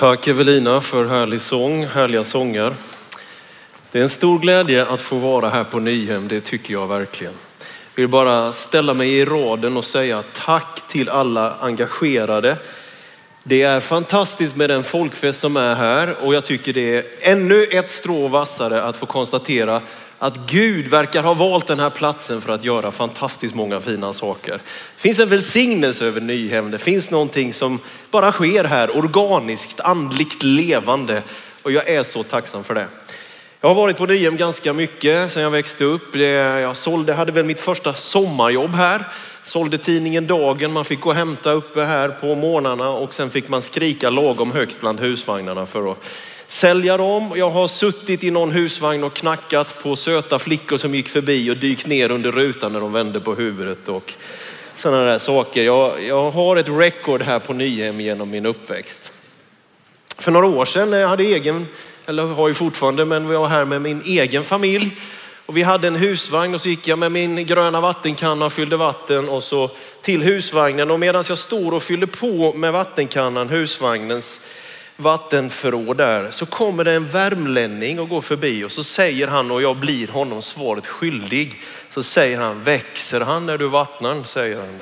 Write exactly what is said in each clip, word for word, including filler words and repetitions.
Tack Evelina för härlig sång, härliga sånger. Det är en stor glädje att få vara här på Nyhem, det tycker jag verkligen. Jag vill bara ställa mig i raden och säga tack till alla engagerade. Det är fantastiskt med den folkfest som är här och jag tycker det är ännu ett strå vassare att få konstatera att Gud verkar ha valt den här platsen för att göra fantastiskt många fina saker. Det finns en välsignelse över Nyhem. Det finns någonting som bara sker här, organiskt, andligt levande. Och jag är så tacksam för det. Jag har varit på Nyhem ganska mycket sedan jag växte upp. Jag sålde, hade väl mitt första sommarjobb här. Sålde tidningen Dagen. Man fick gå och hämta uppe här på morgnarna och sen fick man skrika lagom högt bland husvagnarna för att sälja dem. Jag har suttit i någon husvagn och knackat på söta flickor som gick förbi och dykt ner under rutan när de vände på huvudet och sådana där saker. Jag, jag har ett rekord här på Nyhem genom min uppväxt. För några år sedan när jag hade egen, eller har ju fortfarande, men vi var här med min egen familj. Och vi hade en husvagn och så gick jag med min gröna vattenkanna och fyllde vatten och så till husvagnen. Och medan jag står och fyller på med vattenkannan, husvagnens vattenförråd där, så kommer det en värmlänning och går förbi och så säger han, och jag blir honom svaret skyldig, så säger han: växer han när du vattnar, säger han.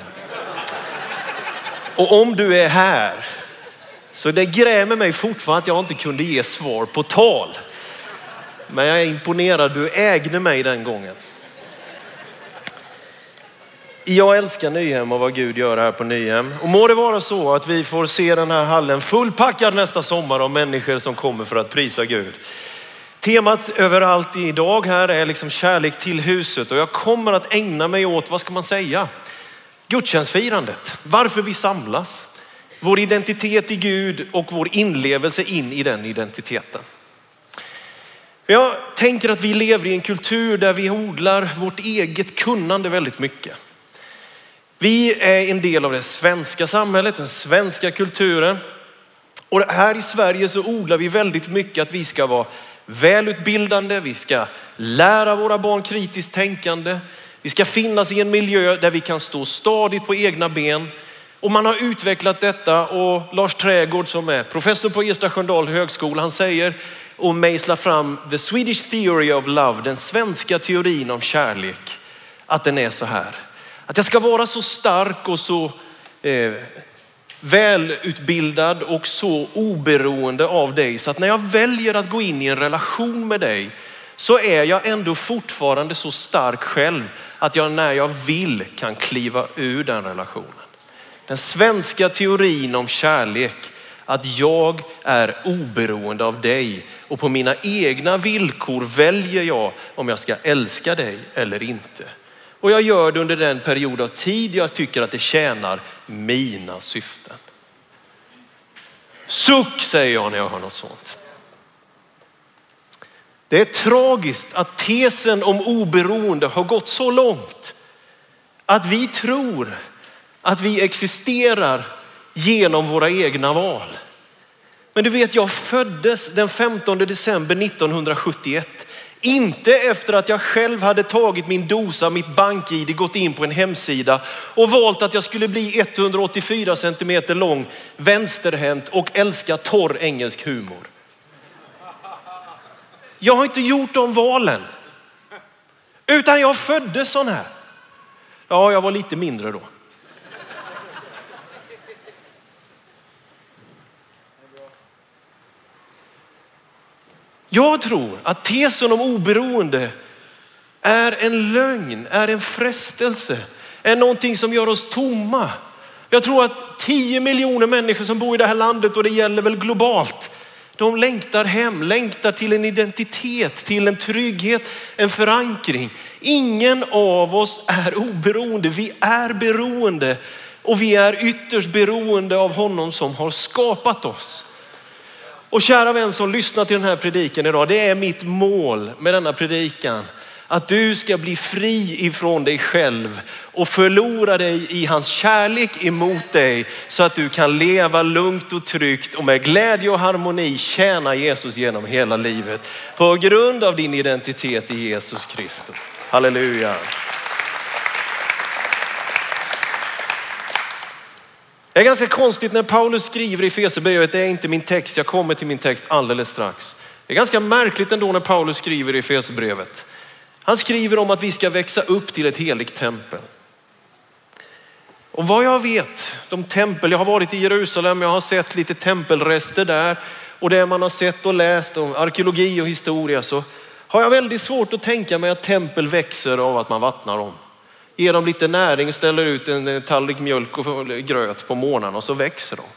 Och om du är här, så det grämer mig fortfarande att jag inte kunde ge svar på tal. Men jag är imponerad, du ägde mig den gången. Jag älskar Nyhem och vad Gud gör här på Nyhem. Och må det vara så att vi får se den här hallen fullpackad nästa sommar av människor som kommer för att prisa Gud. Temat överallt idag här är liksom kärlek till huset. Och jag kommer att ägna mig åt, vad ska man säga? Gudstjänstfirandet. Varför vi samlas. Vår identitet i Gud och vår inlevelse in i den identiteten. Jag tänker att vi lever i en kultur där vi odlar vårt eget kunnande väldigt mycket. Vi är en del av det svenska samhället, den svenska kulturen. Och här i Sverige så odlar vi väldigt mycket att vi ska vara välutbildande. Vi ska lära våra barn kritiskt tänkande. Vi ska finnas i en miljö där vi kan stå stadigt på egna ben. Och man har utvecklat detta, och Lars Trägård som är professor på Ersta Sköndal högskola, han säger och mejslar fram the Swedish theory of love, den svenska teorin om kärlek, att den är så här. Att jag ska vara så stark och så eh, välutbildad och så oberoende av dig så att när jag väljer att gå in i en relation med dig så är jag ändå fortfarande så stark själv att jag när jag vill kan kliva ur den relationen. Den svenska teorin om kärlek, att jag är oberoende av dig och på mina egna villkor väljer jag om jag ska älska dig eller inte. Och jag gör det under den period av tid jag tycker att det tjänar mina syften. Suck, säger jag när jag hör något sånt. Det är tragiskt att tesen om oberoende har gått så långt att vi tror att vi existerar genom våra egna val. Men du vet, jag föddes den femtonde december nittonhundrasjuttioett. Inte efter att jag själv hade tagit min dosa, mitt bank-I D, gått in på en hemsida och valt att jag skulle bli etthundraåttiofyra centimeter lång, vänsterhänt och älska torr engelsk humor. Jag har inte gjort de valen. Utan jag föddes sån här. Ja, jag var lite mindre då. Jag tror att tesen om oberoende är en lögn, är en frestelse, är någonting som gör oss tomma. Jag tror att tio miljoner människor som bor i det här landet, och det gäller väl globalt, de längtar hem, längtar till en identitet, till en trygghet, en förankring. Ingen av oss är oberoende, vi är beroende och vi är ytterst beroende av honom som har skapat oss. Och kära vän som lyssnar till den här predikan idag, det är mitt mål med denna predikan. Att du ska bli fri ifrån dig själv och förlora dig i hans kärlek emot dig. Så att du kan leva lugnt och tryggt och med glädje och harmoni tjäna Jesus genom hela livet. På grund av din identitet i Jesus Kristus. Halleluja. Det är ganska konstigt när Paulus skriver i Efesierbrevet, det är inte min text, jag kommer till min text alldeles strax. Det är ganska märkligt ändå när Paulus skriver i Efesierbrevet. Han skriver om att vi ska växa upp till ett heligt tempel. Och vad jag vet, de tempel, jag har varit i Jerusalem, jag har sett lite tempelrester där. Och det man har sett och läst om arkeologi och historia, så har jag väldigt svårt att tänka mig att tempel växer av att man vattnar dem. Ger dem lite näring, ställer ut en tallrik mjölk och gröt på morgonen och så växer de.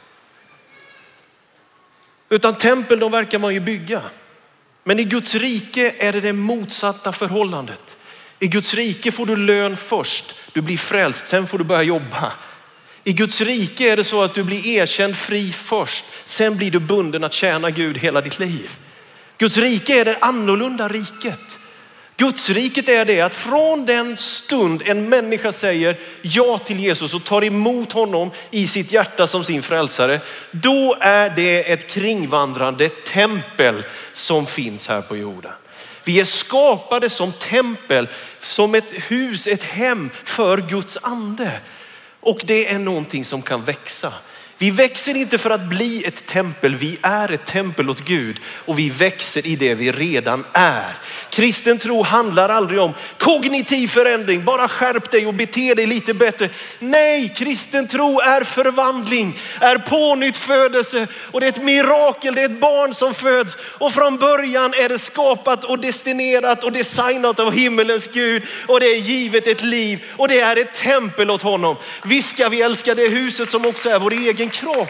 Utan tempel, de verkar man ju bygga. Men i Guds rike är det det motsatta förhållandet. I Guds rike får du lön först. Du blir frälst, sen får du börja jobba. I Guds rike är det så att du blir erkänd fri först. Sen blir du bunden att tjäna Gud hela ditt liv. Guds rike är det annorlunda riket. Guds riket är det att från den stund en människa säger ja till Jesus och tar emot honom i sitt hjärta som sin frälsare, då är det ett kringvandrande tempel som finns här på jorden. Vi är skapade som tempel, som ett hus, ett hem för Guds ande. Och det är någonting som kan växa. Vi växer inte för att bli ett tempel. Vi är ett tempel åt Gud och vi växer i det vi redan är. Kristen tro handlar aldrig om kognitiv förändring. Bara skärp dig och bete dig lite bättre. Nej, kristen tro är förvandling, är pånytt födelse. Och det är ett mirakel, det är ett barn som föds. Och från början är det skapat och destinerat och designat av himmelens Gud. Och det är givet ett liv och det är ett tempel åt honom. Visst ska vi älska det huset som också är vår egen kropp.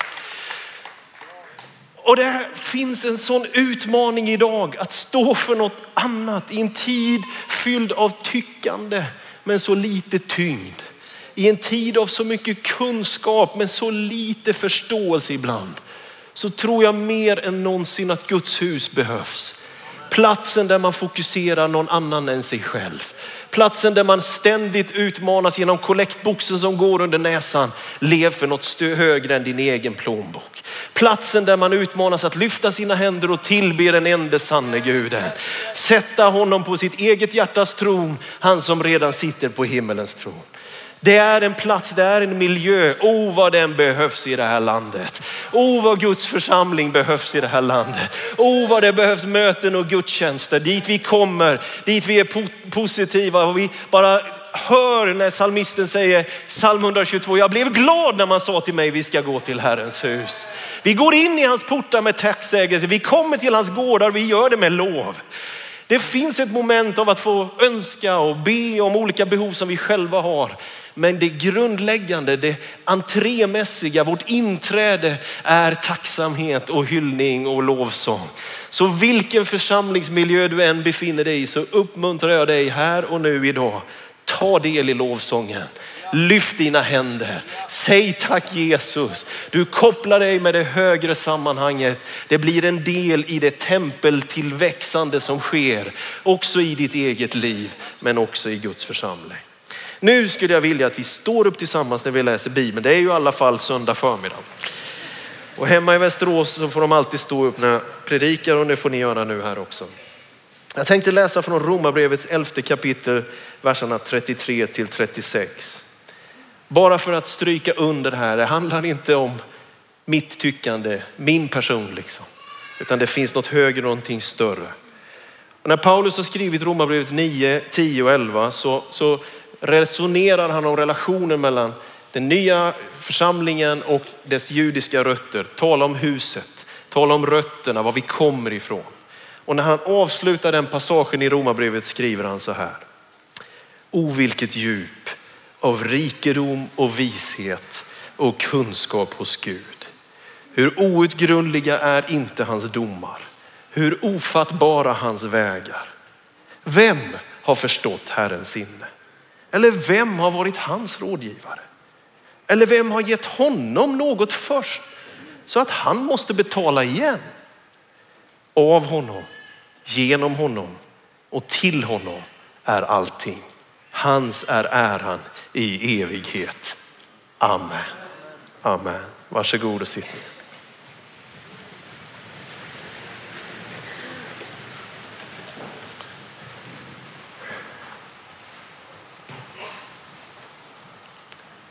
Och det finns en sån utmaning idag att stå för något annat i en tid fylld av tyckande men så lite tyngd. I en tid av så mycket kunskap men så lite förståelse ibland. Så tror jag mer än någonsin att Guds hus behövs. Platsen där man fokuserar någon annan än sig själv. Platsen där man ständigt utmanas genom kollektboxen som går under näsan. Lev för något stö- högre än din egen plånbok. Platsen där man utmanas att lyfta sina händer och tillbe den enda sanne Guden. Sätta honom på sitt eget hjärtas tron. Han som redan sitter på himmelens tron. Det är en plats, det är en miljö. Oh, vad den behövs i det här landet. Oh, vad Guds församling behövs i det här landet. Oh, vad det behövs möten och gudstjänster. Dit vi kommer, dit vi är po- positiva. Och vi bara hör när psalmisten säger psalm etthundratjugotvå. Jag blev glad när man sa till mig vi ska gå till Herrens hus. Vi går in i hans portar med tacksägelse. Vi kommer till hans gårdar, vi gör det med lov. Det finns ett moment av att få önska och be om olika behov som vi själva har. Men det grundläggande, det entrémässiga, vårt inträde är tacksamhet och hyllning och lovsång. Så vilken församlingsmiljö du än befinner dig i så uppmuntrar jag dig här och nu idag. Ta del i lovsången. Lyft dina händer. Säg tack Jesus. Du kopplar dig med det högre sammanhanget. Det blir en del i det tempeltillväxande som sker. Också i ditt eget liv men också i Guds församling. Nu skulle jag vilja att vi står upp tillsammans när vi läser Bibeln. Det är ju i alla fall söndag förmiddag. Och hemma i Västerås så får de alltid stå upp när jag predikar och det får ni göra nu här också. Jag tänkte läsa från Romarbrevets elfte kapitel, verserna trettiotre till trettiosex. Bara för att stryka under här, det handlar inte om mitt tyckande, min person liksom. Utan det finns något högre, någonting större. Och när Paulus har skrivit Romarbrevet nio, tio och elva så, så resonerar han om relationen mellan den nya församlingen och dess judiska rötter. Tala om huset, tala om rötterna, var vi kommer ifrån. Och när han avslutar den passagen i Romarbrevet skriver han så här. O vilket djup av rikedom och vishet och kunskap hos Gud. Hur outgrundliga är inte hans domar. Hur ofattbara hans vägar. Vem har förstått Herrens sinne? Eller vem har varit hans rådgivare? Eller vem har gett honom något först så att han måste betala igen? Av honom, genom honom och till honom är allting. Hans är äran i evighet. Amen. Amen. Varsågod och sitt ner.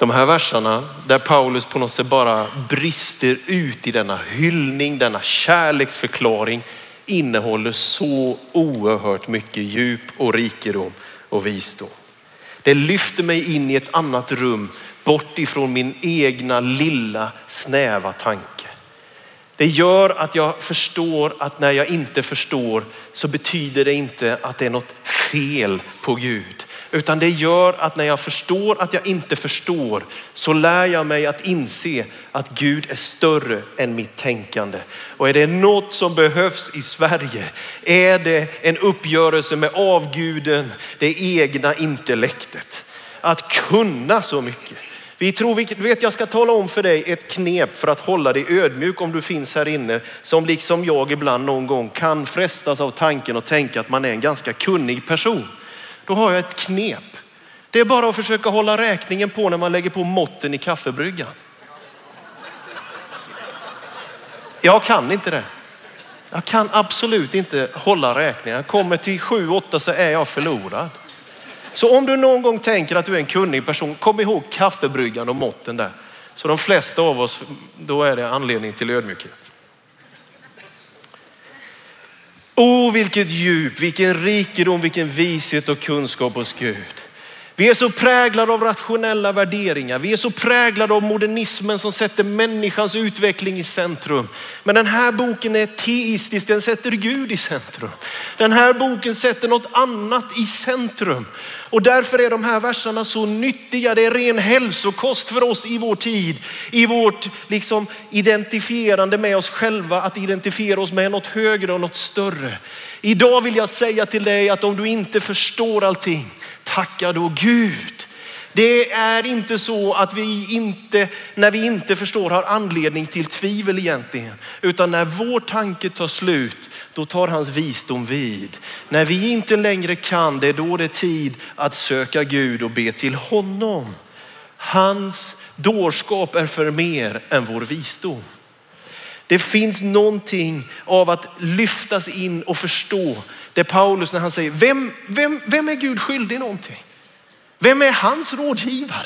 De här verserna där Paulus på något sätt bara brister ut i denna hyllning, denna kärleksförklaring, innehåller så oerhört mycket djup och rikedom och visdom. Det lyfter mig in i ett annat rum, bort ifrån min egna lilla snäva tanke. Det gör att jag förstår att när jag inte förstår så betyder det inte att det är något fel på Gud. Utan det gör att när jag förstår att jag inte förstår så lär jag mig att inse att Gud är större än mitt tänkande. Och är det något som behövs i Sverige är det en uppgörelse med avguden, det egna intellektet. Att kunna så mycket. Vi tror, vilket vet jag ska tala om för dig ett knep för att hålla dig ödmjuk om du finns här inne. Som liksom jag ibland någon gång kan frestas av tanken och tänka att man är en ganska kunnig person. Då har jag ett knep. Det är bara att försöka hålla räkningen på när man lägger på måtten i kaffebryggan. Jag kan inte det. Jag kan absolut inte hålla räkningen. Jag kommer till sju, åtta så är jag förlorad. Så om du någon gång tänker att du är en kunnig person, kom ihåg kaffebryggan och måtten där. Så de flesta av oss, då är det anledning till ödmjukhet. Oh, vilket djup, vilken rikedom, vilken vishet och kunskap hos Gud. Vi är så präglade av rationella värderingar. Vi är så präglade av modernismen som sätter människans utveckling i centrum. Men den här boken är teistisk, den sätter Gud i centrum. Den här boken sätter något annat i centrum. Och därför är de här verserna så nyttiga. Det är ren hälsokost för oss i vår tid. I vårt liksom identifierande med oss själva. Att identifiera oss med något högre och något större. Idag vill jag säga till dig att om du inte förstår allting, tacka då Gud. Det är inte så att vi inte, när vi inte förstår, har anledning till tvivel egentligen. Utan när vår tanke tar slut, då tar hans visdom vid. När vi inte längre kan det, då är det tid att söka Gud och be till honom. Hans dårskap är för mer än vår visdom. Det finns någonting av att lyftas in och förstå. Det Paulus när han säger, vem, vem, vem är Gud skyldig någonting? Vem är hans rådgivare?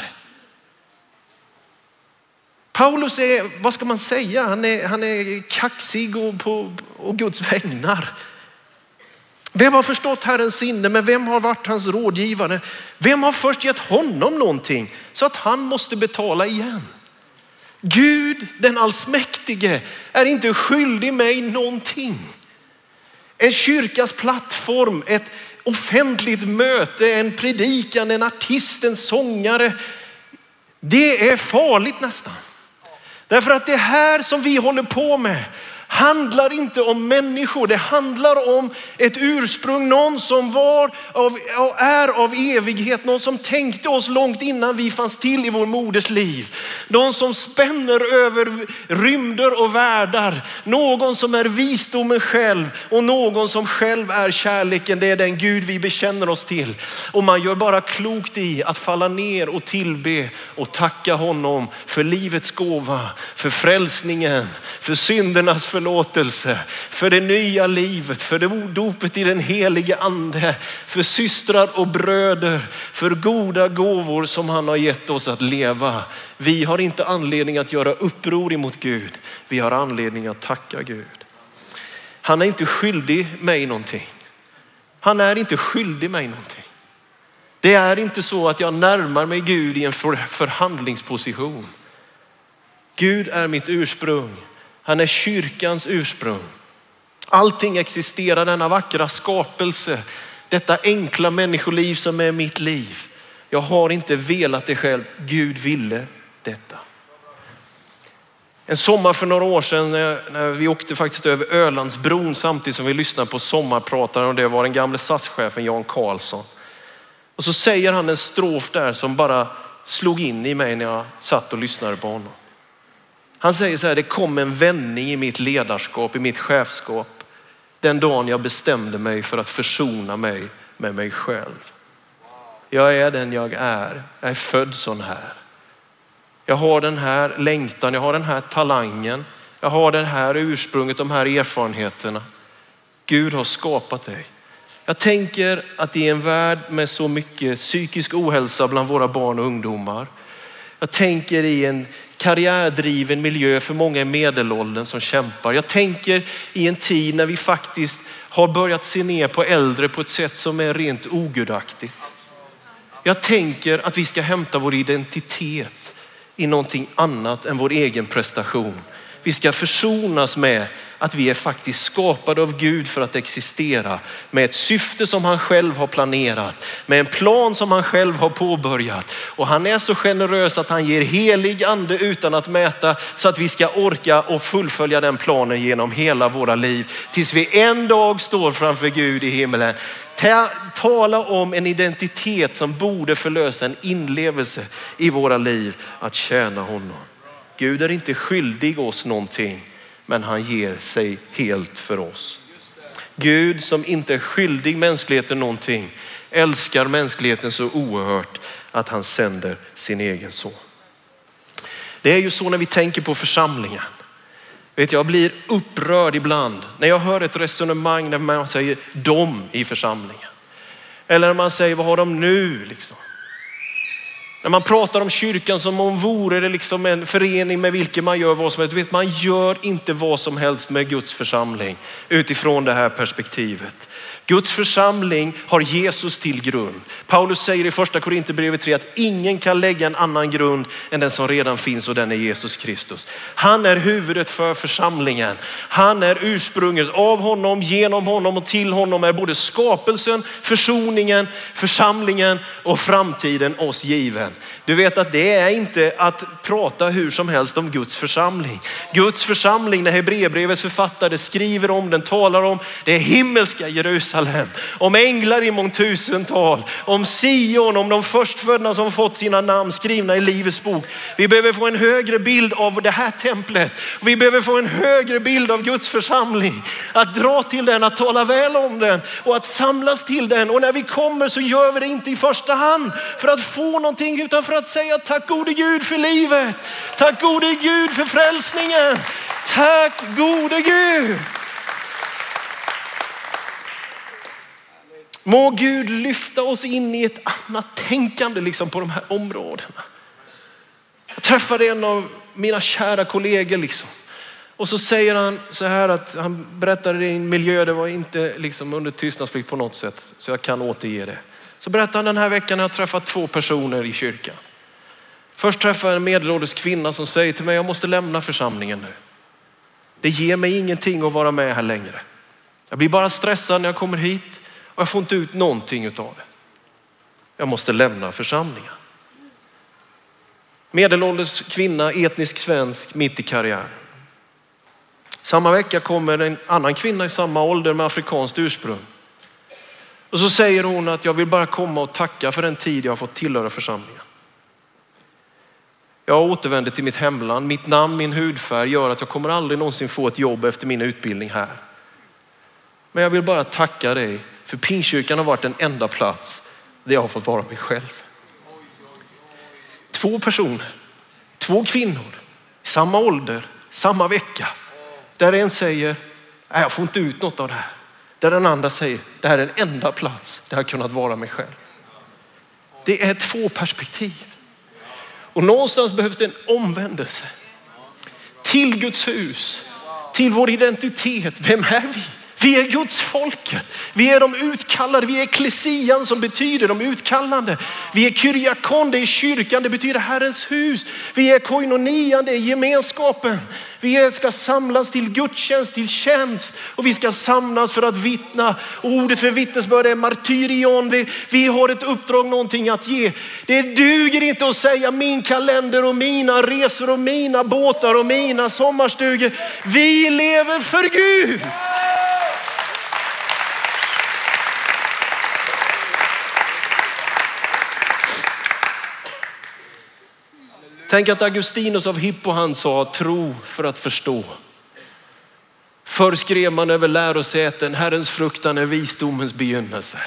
Paulus är, vad ska man säga? Han är, han är kaxig och på och Guds vägnar. Vem har förstått Herrens sinne, men vem har varit hans rådgivare? Vem har först gett honom någonting så att han måste betala igen? Gud, den allsmäktige, är inte skyldig mig någonting. En kyrkas plattform, ett offentligt möte, en predikan, en artist, en sångare. Det är farligt nästan. Därför att det här som vi håller på med handlar inte om människor. Det handlar om ett ursprung. Någon som var av, är av evighet. Någon som tänkte oss långt innan vi fanns till i vår moders liv. Någon som spänner över rymder och världar. Någon som är visdomen själv. Och någon som själv är kärleken. Det är den Gud vi bekänner oss till. Och man gör bara klokt i att falla ner och tillbe och tacka honom för livets gåva. För frälsningen. För syndernas förlåtelse, för det nya livet, för det dopet i den helige ande, för systrar och bröder, för goda gåvor som han har gett oss att leva. Vi har inte anledning att göra uppror emot Gud. Vi har anledning att tacka Gud. Han är inte skyldig mig någonting. Han är inte skyldig mig någonting. Det är inte så att jag närmar mig Gud i en förhandlingsposition. Gud är mitt ursprung. Han är kyrkans ursprung. Allting existerar, denna vackra skapelse. Detta enkla människoliv som är mitt liv. Jag har inte velat det själv. Gud ville detta. En sommar för några år sedan när, när vi åkte faktiskt över Ölandsbron samtidigt som vi lyssnade på sommarprataren. Och det var den gamle S A S-chefen Jan Karlsson. Och så säger han en strof där som bara slog in i mig när jag satt och lyssnade på honom. Han säger så här, det kom en vändning i mitt ledarskap, i mitt chefskap. Den dagen jag bestämde mig för att försona mig med mig själv. Jag är den jag är. Jag är född sån här. Jag har den här längtan, jag har den här talangen. Jag har det här ursprunget, de här erfarenheterna. Gud har skapat dig. Jag tänker att i en värld med så mycket psykisk ohälsa bland våra barn och ungdomar. Jag tänker i en karriärdriven miljö för många i medelåldern som kämpar. Jag tänker i en tid när vi faktiskt har börjat se ner på äldre på ett sätt som är rent ogudaktigt. Jag tänker att vi ska hämta vår identitet i någonting annat än vår egen prestation. Vi ska försonas med att vi är faktiskt skapade av Gud för att existera med ett syfte som han själv har planerat, med en plan som han själv har påbörjat. Och han är så generös att han ger helig ande utan att mäta, så att vi ska orka och fullfölja den planen genom hela våra liv tills vi en dag står framför Gud i himmelen. Tala om en identitet som borde förlösa en inlevelse i våra liv att tjäna honom. Gud är inte skyldig oss någonting, men han ger sig helt för oss. Gud som inte är skyldig mänskligheten någonting älskar mänskligheten så oerhört att han sänder sin egen son. Det är ju så när vi tänker på församlingen. Vet jag blir upprörd ibland när jag hör ett resonemang när man säger de i församlingen. Eller när man säger vad har de nu liksom. När man pratar om kyrkan som om vore det liksom en förening med vilken man gör vad som helst. Vet, man gör inte vad som helst med Guds församling utifrån det här perspektivet. Guds församling har Jesus till grund. Paulus säger i första Korinthierbrevet tre att ingen kan lägga en annan grund än den som redan finns, och den är Jesus Kristus. Han är huvudet för församlingen. Han är ursprunget. Av honom, genom honom och till honom är både skapelsen, försoningen, församlingen och framtiden oss given. Du vet att det är inte att prata hur som helst om Guds församling. Guds församling, när Hebreerbrevets författare skriver om den, talar om det himmelska Jerusalem, om änglar i mångtusental, om Sion, om de förstfödda som fått sina namn skrivna i livets bok. Vi behöver få en högre bild av det här templet. Vi behöver få en högre bild av Guds församling. Att dra till den, att tala väl om den och att samlas till den. Och när vi kommer så gör vi det inte i första hand för att få någonting, utan för att säga tack gode Gud för livet. Tack gode Gud för frälsningen. Tack gode Gud. Må Gud lyfta oss in i ett annat tänkande liksom på de här områdena. Jag träffade en av mina kära kollegor liksom. Och så säger han så här att han berättade det i en miljö, det var inte liksom under tystnadsplikt på något sätt, så jag kan återge det. Så berättade han den här veckan när jag träffat två personer i kyrkan. Först träffade jag en medelålders kvinna som säger till mig, jag måste lämna församlingen nu. Det ger mig ingenting att vara med här längre. Jag blir bara stressad när jag kommer hit och jag får inte ut någonting utav det. Jag måste lämna församlingen. Medelålders kvinna, etnisk svensk, mitt i karriär. Samma vecka kommer en annan kvinna i samma ålder med afrikanskt ursprung. Och så säger hon att jag vill bara komma och tacka för den tid jag har fått tillhöra församlingen. Jag återvänder till mitt hemland. Mitt namn, min hudfärg gör att jag kommer aldrig någonsin få ett jobb efter min utbildning här. Men jag vill bara tacka dig, för Pingstkyrkan har varit den enda plats där jag har fått vara mig själv. Två personer, två kvinnor, samma ålder, samma vecka. Där en säger, nej jag får inte ut något av det här. Där den andra säger, det här är den enda plats där jag har kunnat vara mig själv. Det är två perspektiv. Och någonstans behövs det en omvändelse. Till Guds hus, till vår identitet. Vem är vi? Vi är Guds folket. Vi är de utkallade. Vi är eklesian som betyder de utkallande. Vi är kyriakon, det är kyrkan, det betyder Herrens hus. Vi är koinonian, det är gemenskapen. Vi är, ska samlas till gudstjänst, till tjänst. Och vi ska samlas för att vittna. Och ordet för vittnesbörd är martyrion. Vi, vi har ett uppdrag, någonting att ge. Det duger inte att säga min kalender och mina resor och mina båtar och mina sommarstugor. Vi lever för Gud. Tänk att Augustinus av Hippo, han sa tro för att förstå. Förr skrev man över lärosäten, Herrens fruktan är visdomens begynnelse.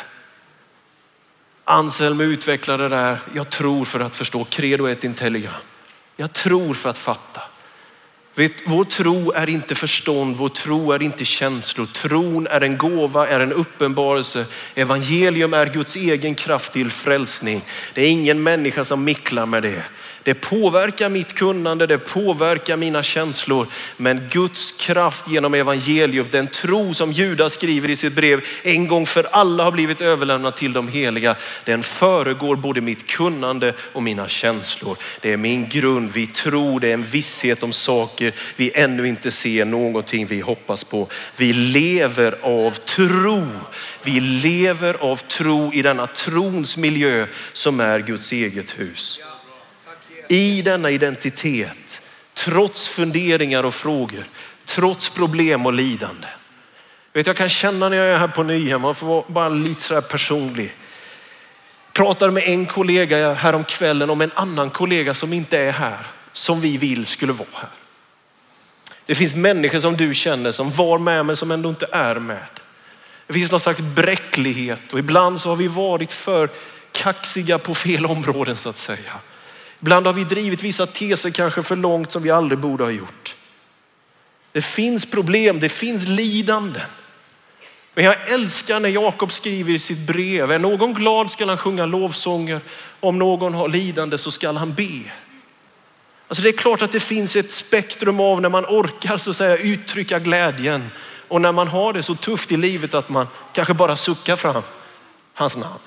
Anselm utvecklade det där, jag tror för att förstå, credo et intelligam. Jag tror för att fatta. Vet, vår tro är inte förstånd, vår tro är inte känslor. Tron är en gåva, är en uppenbarelse. Evangelium är Guds egen kraft till frälsning. Det är ingen människa som micklar med det. Det påverkar mitt kunnande, det påverkar mina känslor. Men Guds kraft genom evangelium, den tro som Judas skriver i sitt brev, en gång för alla har blivit överlämnad till de heliga. Den föregår både mitt kunnande och mina känslor. Det är min grund, vi tror, det är en visshet om saker vi ännu inte ser, någonting vi hoppas på. Vi lever av tro. Vi lever av tro i denna trons miljö som är Guds eget hus. I denna identitet, trots funderingar och frågor, trots problem och lidande. Vet, jag kan känna när jag är här på Nyhem, man får vara bara lite så här personlig. Pratade med en kollega här om kvällen om en annan kollega som inte är här, som vi vill skulle vara här. Det finns människor som du känner som var med men som ändå inte är med. Det finns någon slags bräcklighet och ibland så har vi varit för kaxiga på fel områden så att säga. Ibland har vi drivit vissa teser kanske för långt som vi aldrig borde ha gjort. Det finns problem, det finns lidanden. Men jag älskar när Jakob skriver i sitt brev, är någon glad ska han sjunga lovsånger, om någon har lidande så ska han be. Alltså det är klart att det finns ett spektrum av när man orkar så att säga uttrycka glädjen och när man har det så tufft i livet att man kanske bara suckar fram hans namn.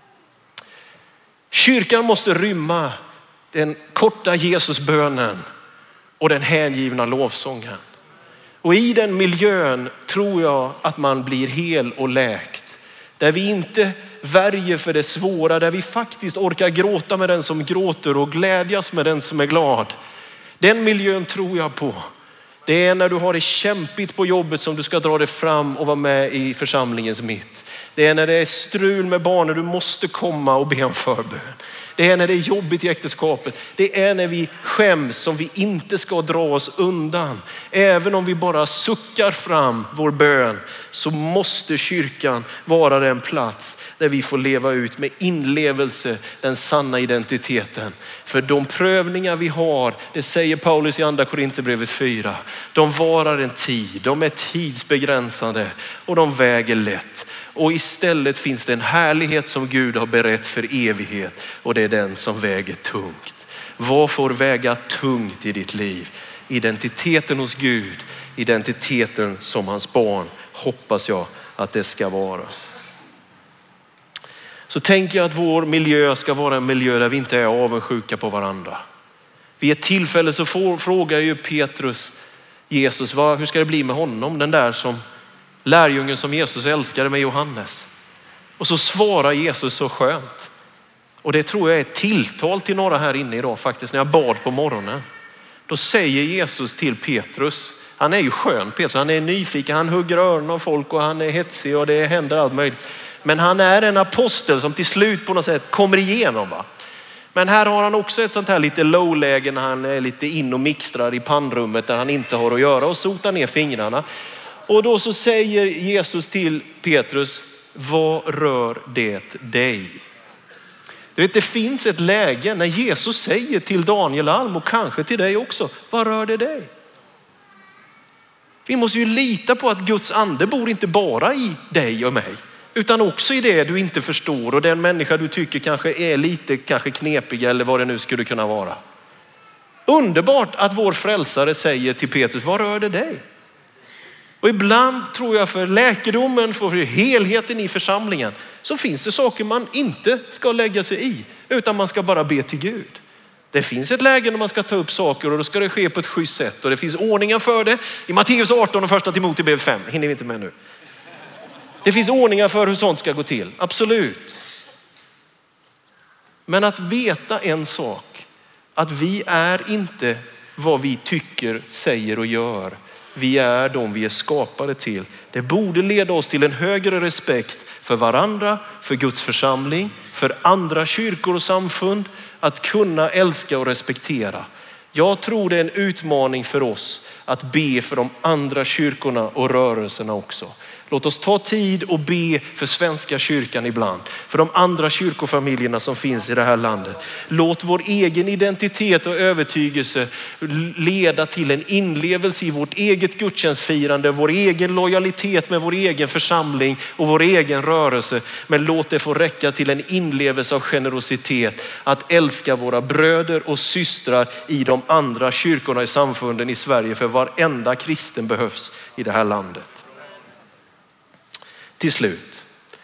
Kyrkan måste rymma den korta Jesusbönen och den hängivna lovsången. Och i den miljön tror jag att man blir hel och läkt. Där vi inte värjer för det svåra, där vi faktiskt orkar gråta med den som gråter och glädjas med den som är glad. Den miljön tror jag på. Det är när du har det kämpigt på jobbet som du ska dra dig fram och vara med i församlingens mitt. Det är när det är strul med barnen du måste komma och be om förbön. Det är när det är jobbigt i äktenskapet. Det är när vi skäms som vi inte ska dra oss undan. Även om vi bara suckar fram vår bön så måste kyrkan vara den plats där vi får leva ut med inlevelse den sanna identiteten. För de prövningar vi har, det säger Paulus i andra Korinthierbrevet fyra, de varar en tid, de är tidsbegränsade och de väger lätt. Och istället finns det en härlighet som Gud har berett för evighet och det är den som väger tungt. Vad får väga tungt i ditt liv? Identiteten hos Gud, identiteten som hans barn, hoppas jag att det ska vara. Så tänker jag att vår miljö ska vara en miljö där vi inte är avundsjuka på varandra. Vid ett tillfälle så får, frågar ju Petrus Jesus, vad, hur ska det bli med honom? Den där som lärjungen som Jesus älskade med Johannes. Och så svarar Jesus så skönt. Och det tror jag är ett tilltal till några här inne idag faktiskt när jag bad på morgonen. Då säger Jesus till Petrus, han är ju skön Petrus, han är nyfiken, han hugger öronen av folk och han är hetsig och det händer allt möjligt. Men han är en apostel som till slut på något sätt kommer igenom va. Men här har han också ett sånt här lite low-läge när han är lite in och mixtrar i pannrummet där han inte har att göra och sotar ner fingrarna. Och då så säger Jesus till Petrus, vad rör det dig? Du vet, det finns ett läge när Jesus säger till Daniel Alm och kanske till dig också, vad rör det dig? Vi måste ju lita på att Guds ande bor inte bara i dig och mig, utan också i det du inte förstår och den människa du tycker kanske är lite kanske knepig eller vad det nu skulle kunna vara. Underbart att vår frälsare säger till Petrus, vad rör det dig? Och ibland tror jag för läkedomen, för helheten i församlingen så finns det saker man inte ska lägga sig i utan man ska bara be till Gud. Det finns ett läge när man ska ta upp saker och då ska det ske på ett schysst sätt och det finns ordningar för det. I Matteus arton och första Timoteusbrevet fem, hinner vi inte med nu. Det finns ordningar för hur sånt ska gå till, absolut. Men att veta en sak, att vi är inte vad vi tycker, säger och gör. Vi är de vi är skapade till. Det borde leda oss till en högre respekt för varandra, för Guds församling, för andra kyrkor och samfund. Att kunna älska och respektera. Jag tror det är en utmaning för oss att be för de andra kyrkorna och rörelserna också. Låt oss ta tid och be för svenska kyrkan ibland. För de andra kyrkofamiljerna som finns i det här landet. Låt vår egen identitet och övertygelse leda till en inlevelse i vårt eget gudstjänstfirande. Vår egen lojalitet med vår egen församling och vår egen rörelse. Men låt det få räcka till en inlevelse av generositet. Att älska våra bröder och systrar i de andra kyrkorna i samfunden i Sverige. För varenda kristen behövs i det här landet. Till slut.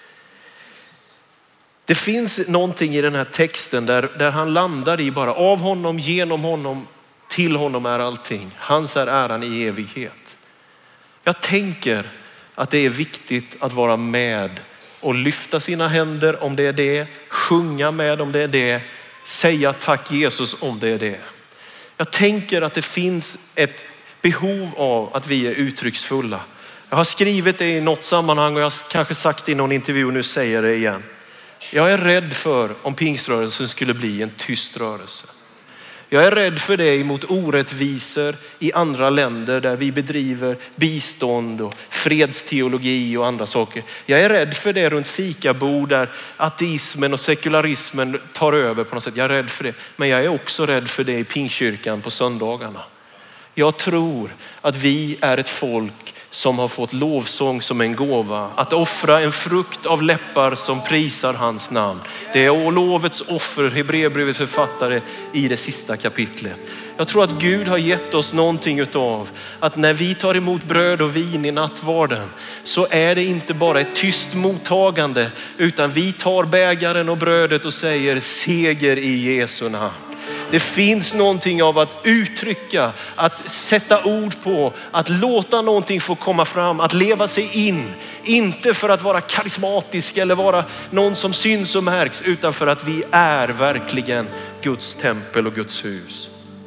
Det finns någonting i den här texten där, där han landar i bara av honom, genom honom, till honom är allting. Hans är äran i evighet. Jag tänker att det är viktigt att vara med och lyfta sina händer om det är det. Sjunga med om det är det. Säga tack Jesus om det är det. Jag tänker att det finns ett behov av att vi är uttrycksfulla. Jag har skrivit det i något sammanhang och jag har kanske sagt det i någon intervju och nu säger jag det igen. Jag är rädd för om pingströrelsen skulle bli en tyst rörelse. Jag är rädd för det emot orättvisor i andra länder där vi bedriver bistånd och fredsteologi och andra saker. Jag är rädd för det runt fikabord där ateismen och sekularismen tar över på något sätt. Jag är rädd för det. Men jag är också rädd för det i pingkyrkan på söndagarna. Jag tror att vi är ett folk som har fått lovsång som en gåva. Att offra en frukt av läppar som prisar hans namn. Det är lovets offer, Hebreerbrevets författare i det sista kapitlet. Jag tror att Gud har gett oss någonting utav att när vi tar emot bröd och vin i nattvarden så är det inte bara ett tyst mottagande utan vi tar bägaren och brödet och säger seger i Jesu namn. Det finns någonting av att uttrycka, att sätta ord på, att låta någonting få komma fram, att leva sig in. Inte för att vara karismatisk eller vara någon som syns och märks utan för att vi är verkligen Guds tempel och Guds hus.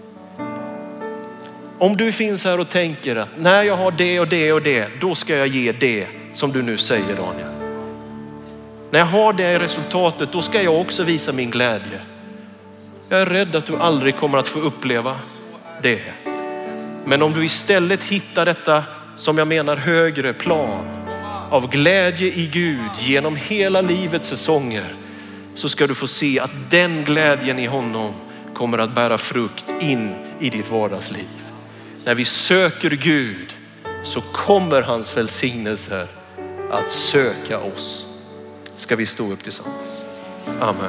Om du finns här och tänker att när jag har det och det och det, då ska jag ge det som du nu säger Daniel. När jag har det resultatet, då ska jag också visa min glädje. Jag är rädd att du aldrig kommer att få uppleva det. Men om du istället hittar detta som jag menar högre plan av glädje i Gud genom hela livets säsonger så ska du få se att den glädjen i honom kommer att bära frukt in i ditt vardagsliv. När vi söker Gud så kommer hans välsignelser att söka oss. Ska vi stå upp tillsammans? Amen.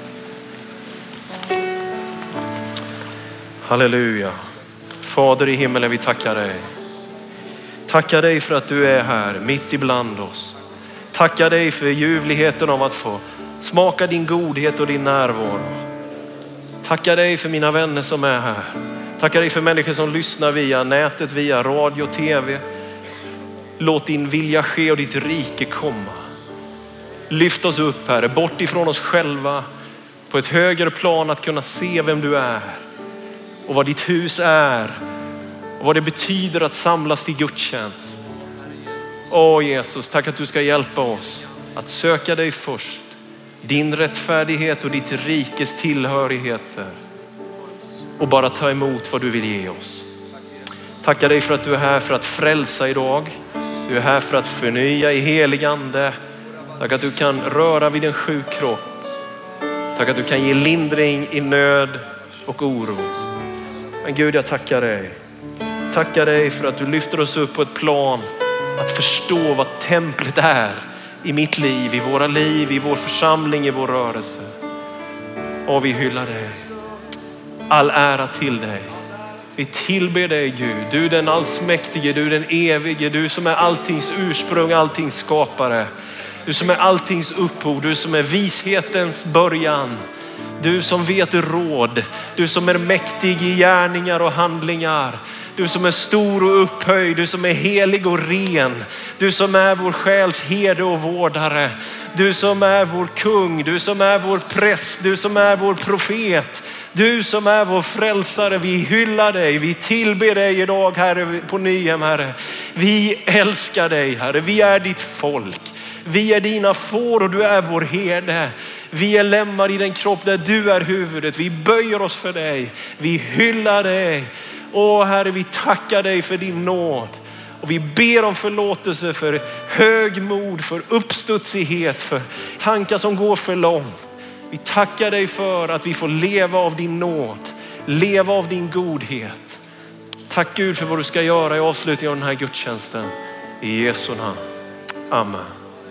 Halleluja. Fader i himmelen, vi tackar dig. Tackar dig för att du är här mitt ibland oss. Tackar dig för ljuvligheten av att få smaka din godhet och din närvaro. Tackar dig för mina vänner som är här. Tackar dig för människor som lyssnar via nätet, via radio och tv. Låt din vilja ske och ditt rike komma. Lyft oss upp här, bort ifrån oss själva. På ett högre plan att kunna se vem du är. Och vad ditt hus är. Och vad det betyder att samlas till gudstjänst. Åh Jesus, tack att du ska hjälpa oss att söka dig först. Din rättfärdighet och ditt rikes tillhörigheter. Och bara ta emot vad du vill ge oss. Tackar dig för att du är här för att frälsa idag. Du är här för att förnya i helig ande. Tack att du kan röra vid en sjuk kropp. Tack att du kan ge lindring i nöd och oro. Men Gud, jag tackar dig. Tackar dig för att du lyfter oss upp på ett plan att förstå vad templet är i mitt liv, i våra liv, i vår församling, i vår rörelse. Och vi hyllar dig. All ära till dig. Vi tillber dig Gud. Du är den allsmäktige, du är den evige, du som är alltings ursprung, alltings skapare. Du som är alltings upphov, du som är vishetens början. Du som vet råd, du som är mäktig i gärningar och handlingar. Du som är stor och upphöjd, du som är helig och ren. Du som är vår själs herde och vårdare. Du som är vår kung, du som är vår präst, du som är vår profet. Du som är vår frälsare, vi hyllar dig, vi tillber dig idag Herre på Nyhem Herre. Vi älskar dig Herre, vi är ditt folk. Vi är dina får och du är vår herde. Vi är lemmar i den kropp där du är huvudet. Vi böjer oss för dig. Vi hyllar dig. Åh Herre, vi tackar dig för din nåd. Och vi ber om förlåtelse för högmod, för uppstudsighet, för tankar som går för långt. Vi tackar dig för att vi får leva av din nåd, leva av din godhet. Tack Gud för vad du ska göra i avslutningen av den här gudstjänsten. I Jesu namn. Amen.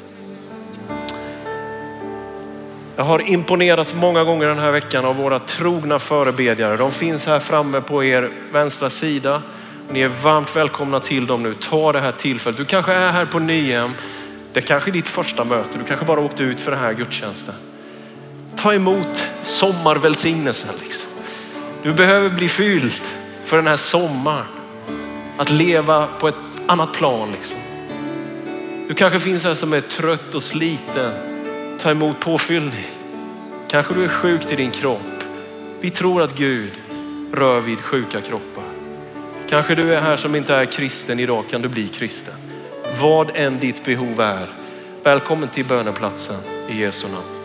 Jag har imponerats många gånger den här veckan av våra trogna förebedjare. De finns här framme på er vänstra sida. Ni är varmt välkomna till dem nu. Ta det här tillfället. Du kanske är här på Nyhem. Det kanske är ditt första möte. Du kanske bara åkte ut för den här gudstjänsten. Ta emot sommarvälsignelsen liksom. Du behöver bli fylld för den här sommaren. Att leva på ett annat plan liksom. Du kanske finns här som är trött och sliten. Ta emot påfyllning. Kanske du är sjuk till din kropp. Vi tror att Gud rör vid sjuka kroppar. Kanske du är här som inte är kristen idag, kan du bli kristen. Vad än ditt behov är. Välkommen till böneplatsen i Jesu namn.